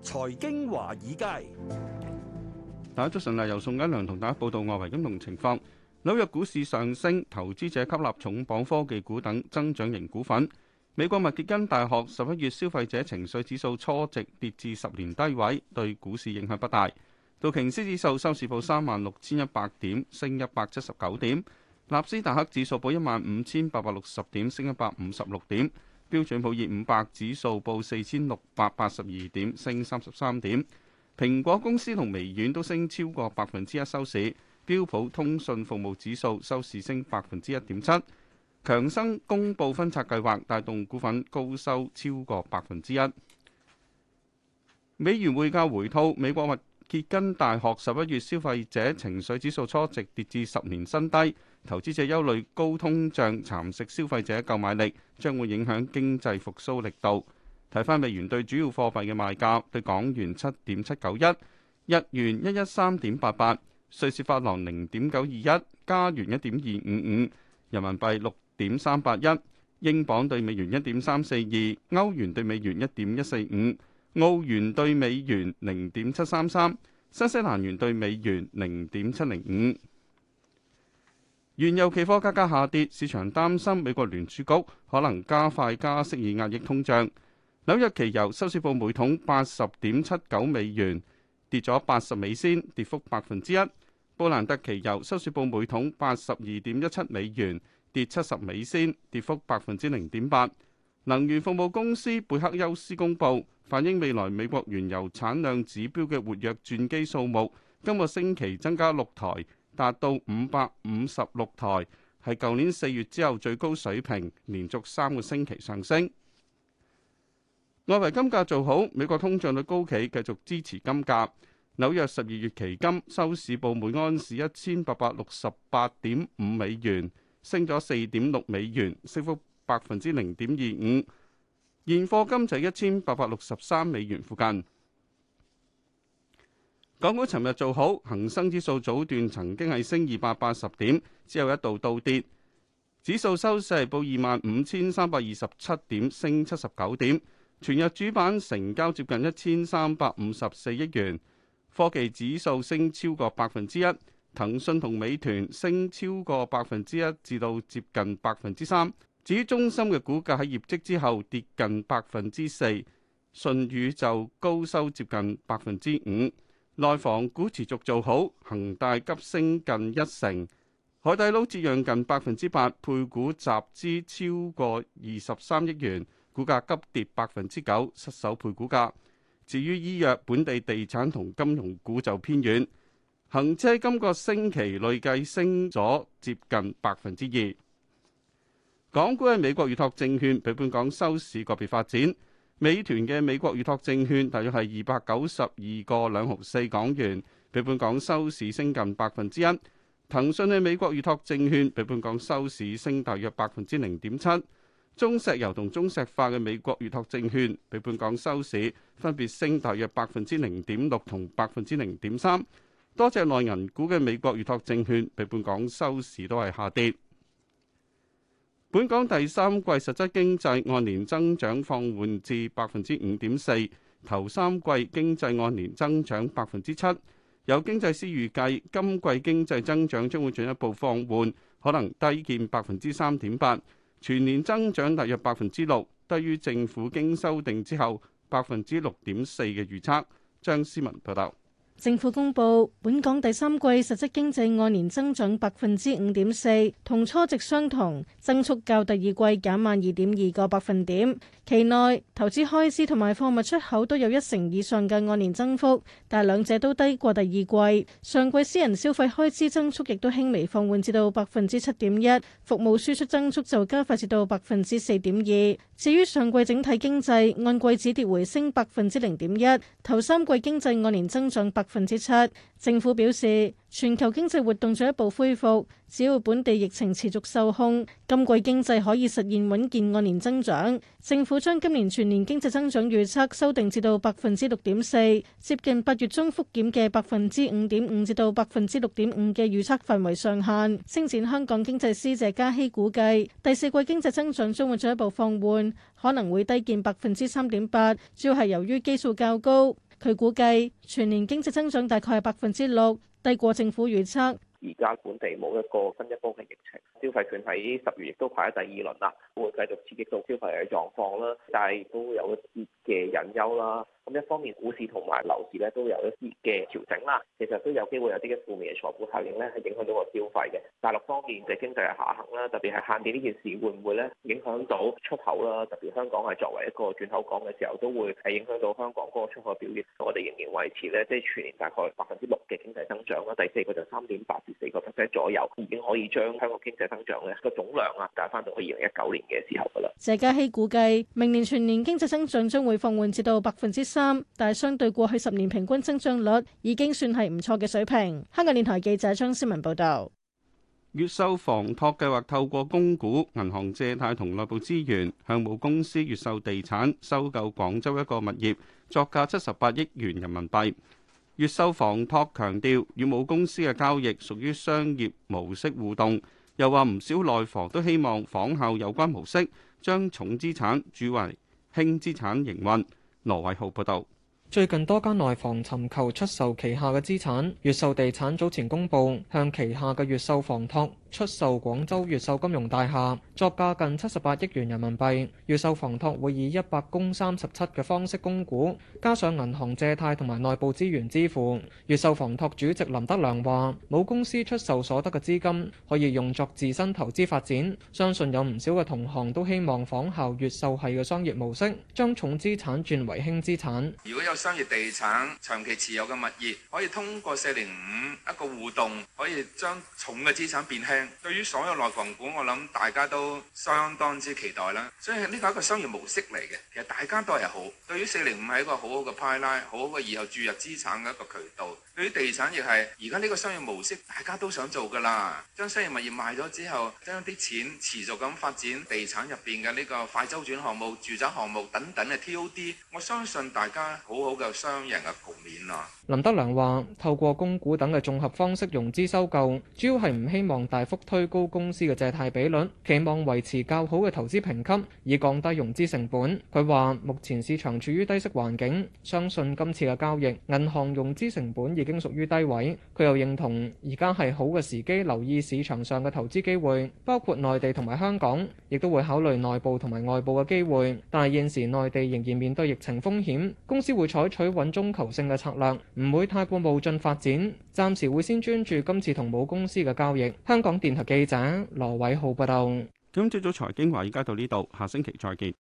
財經華爾街， 大家早晨，由宋欣良同大家報道外圍金融情況。紐約股市上升，投資者吸納重磅科技股等增長型股份。美國密歇根大學11月消費者情緒指數初值跌至10年低位，對股市影響不大。道瓊斯指數收市報36,100點，升179點；納斯達克指數報15,860點，升156點；標準普爾500指數報4,682點，升33點。蘋果公司同微軟都升超過1%收市。標普通訊服務指數收市升1.7%。強生公布分拆計劃，帶動股份高收超過1%。美元匯價回吐，美國密歇根大學11月消費者情緒指數初值跌至10年新低，投資者憂慮高通脹蠶食消費者購買力，將會影響經濟復甦力度。睇返美元對主要貨幣嘅賣價，對港元7.791，日元113.88，瑞士法郎0.921，加元1.255，人民幣6.381，英鎊對美元1.342，歐元對美元1.145，澳元對美元0.733，新西蘭元對美元0.705。原油期貨價格下跌，市場擔心美國聯儲局可能加快加息以壓抑通脹。紐約期油收市報每桶80.79美元，跌咗80美仙，跌幅1%。布蘭特期油收市報每桶82.17美元，跌70美仙，跌幅0.8%。能源服務公司貝克休斯公佈，反映未來美國原油產量指標嘅活躍鑽機數目，今個星期增加6台，達到556台，係舊年4月之後最高水平，連續3個星期上升。外圍金價做好，美國通脹率高企，繼續支持金價。紐約12月期金收市報每安士1868.5美元，升咗4.6美元，升幅0.25%。現貨金就1863美元附近。港股尋日做好，恒生指數早段曾經係升280點，之後一度倒跌，指數收市報25,327點，升79點。全日主板成交接近1354億元，科技指數升超過1%，騰訊同美團升超過1%至到接近3%。至於中芯嘅股價喺業績之後跌近4%，舜宇就高收接近5%。內房股持續做好，恒大急升近1成，海底撈折讓近8%，配股集資超過23億元。股價急跌9%，失守配股價。至於醫藥、本地地產同金融股就偏軟。恒指今個星期累計升咗接近2%。港股嘅美國預託證券比本港收市個別發展。美團嘅美國預託證券大約係292個2毫4港元，比本港收市升近1%。騰訊嘅美國預託證券比本港收市升大約0.7%。中石油同中石化嘅美國預託證券比本港收市分別升大約0.6%同0.3%。多隻內銀股嘅美國預託證券比本港收市都係下跌。本港第三季實質經濟按年增長放緩至5.4%，頭三季經濟按年增長7%。有經濟師預計今季經濟增長將會進一步放緩，可能低見3.8%。全年增長大約6%，低於政府經修訂之後6.4%嘅預測。張思文報道。 政府公布本港第三季實質經濟按年增長5.4%，同初值相同，增速較第二季減慢2.2個百分點。期內投資開支同埋貨物出口都有1成以上嘅按年增幅，但兩者都低過第二季。上季私人消費開支增速亦都輕微放緩至到7.1%，服務輸出增速就加快至到4.2%。至於上季整體經濟按季止跌回升0.1%，頭三季經濟按年增長7%。政府表示，全球經濟活動進一步恢復，只要本地疫情持續受控，今季經濟可以實現穩健按年增長。政府將今年全年經濟增長預測修訂至到6.4%，接近8月中復檢嘅5.5%至到6.5%嘅預測範圍上限。星展香港經濟師謝嘉熙估計，第四季經濟增長將會進一步放緩，可能會低見3.8%，主要係由於基數較高。 佢估計全年經濟增長大概係6%，低過政府預測。 而家本地冇一個新一波嘅疫情，消費券喺10月亦都排喺第2輪啦，會繼續刺激到消費嘅狀況啦，但係都有一啲嘅隱憂啦。咁一方面，股市同埋樓市咧都有一啲嘅調整啦，其實都有機會有啲嘅負面嘅財富效應咧，係影響到個消費嘅。大陸方面嘅經濟係下行啦，特別係限電呢件事會唔會咧影響到出口啦？特別香港係作為一個轉口港嘅時候，都會係影響到香港嗰個出口表現。我哋仍然維持咧，即係全年大概6%嘅經濟增長啦。第四個就3.8至4%左右，已經可以將香港經濟增長咧個總量啊帶翻到去2019年嘅時候噶啦。 謝家熙估計明年全年經濟增長將會放緩至到3%，但係相對過去10年平均增長率已經算係唔錯嘅水平。香港電台記者張思文報道。 越秀房託計劃透過供股、銀行借貸同內部資源，向母公司越秀地產收購廣州一個物業，作價78億元人民幣。越秀房託強調，與母公司嘅交易屬於商業模式互動，又話唔少內房都希望仿效有關模式，將重資產轉為輕資產營運。羅偉浩報道。 最近多間內房尋求出售旗下嘅資產，越秀地產早前公布向旗下嘅越秀房託出售廣州越秀金融大廈，作價近78億元人民幣。越秀房託會以100公37嘅方式供股，加上銀行借貸同埋內部資源支付。越秀房託主席林德良話：母公司出售所得嘅資金可以用作自身投資發展，相信有唔少嘅同行都希望仿效越秀系嘅商業模式，將重資產轉為輕資產。 如果有商業地產長期持有嘅物業，可以通過405一個互動，可以將重嘅資產變輕。對於所有內房股，我諗大家都相當之期待啦。所以呢個係一個商業模式嚟嘅，其實大家都係好。對於405係一個好好嘅派拉，好好嘅以後注入資產嘅一個渠道。對於地產亦係而家呢個商業模式，大家都想做㗎啦。將商業物業賣咗之後，將啲錢持續咁發展地產入邊嘅呢個快周轉項目、住宅項目等等嘅 TOD， 我相信大家好好嘅雙贏嘅局面啊！ 林德良話：透過供股等嘅綜合方式融資收購，主要係唔希望大幅推高公司嘅借貸比率，期望維持較好嘅投資評級，以降低融資成本。佢話：目前市場處於低息環境，相信今次嘅交易，銀行融資成本已經屬於低位。佢又認同而家係好嘅時機，留意市場上嘅投資機會，包括內地同埋香港，亦都會考慮內部同埋外部嘅機會。但係現時內地仍然面對疫情風險，公司會採取穩中求勝嘅策略，唔會太過冒進發展，暫時會先專注今次同母公司嘅交易。香港電台記者羅偉浩報道。 今朝早財經華爾街到呢度，下星期再見。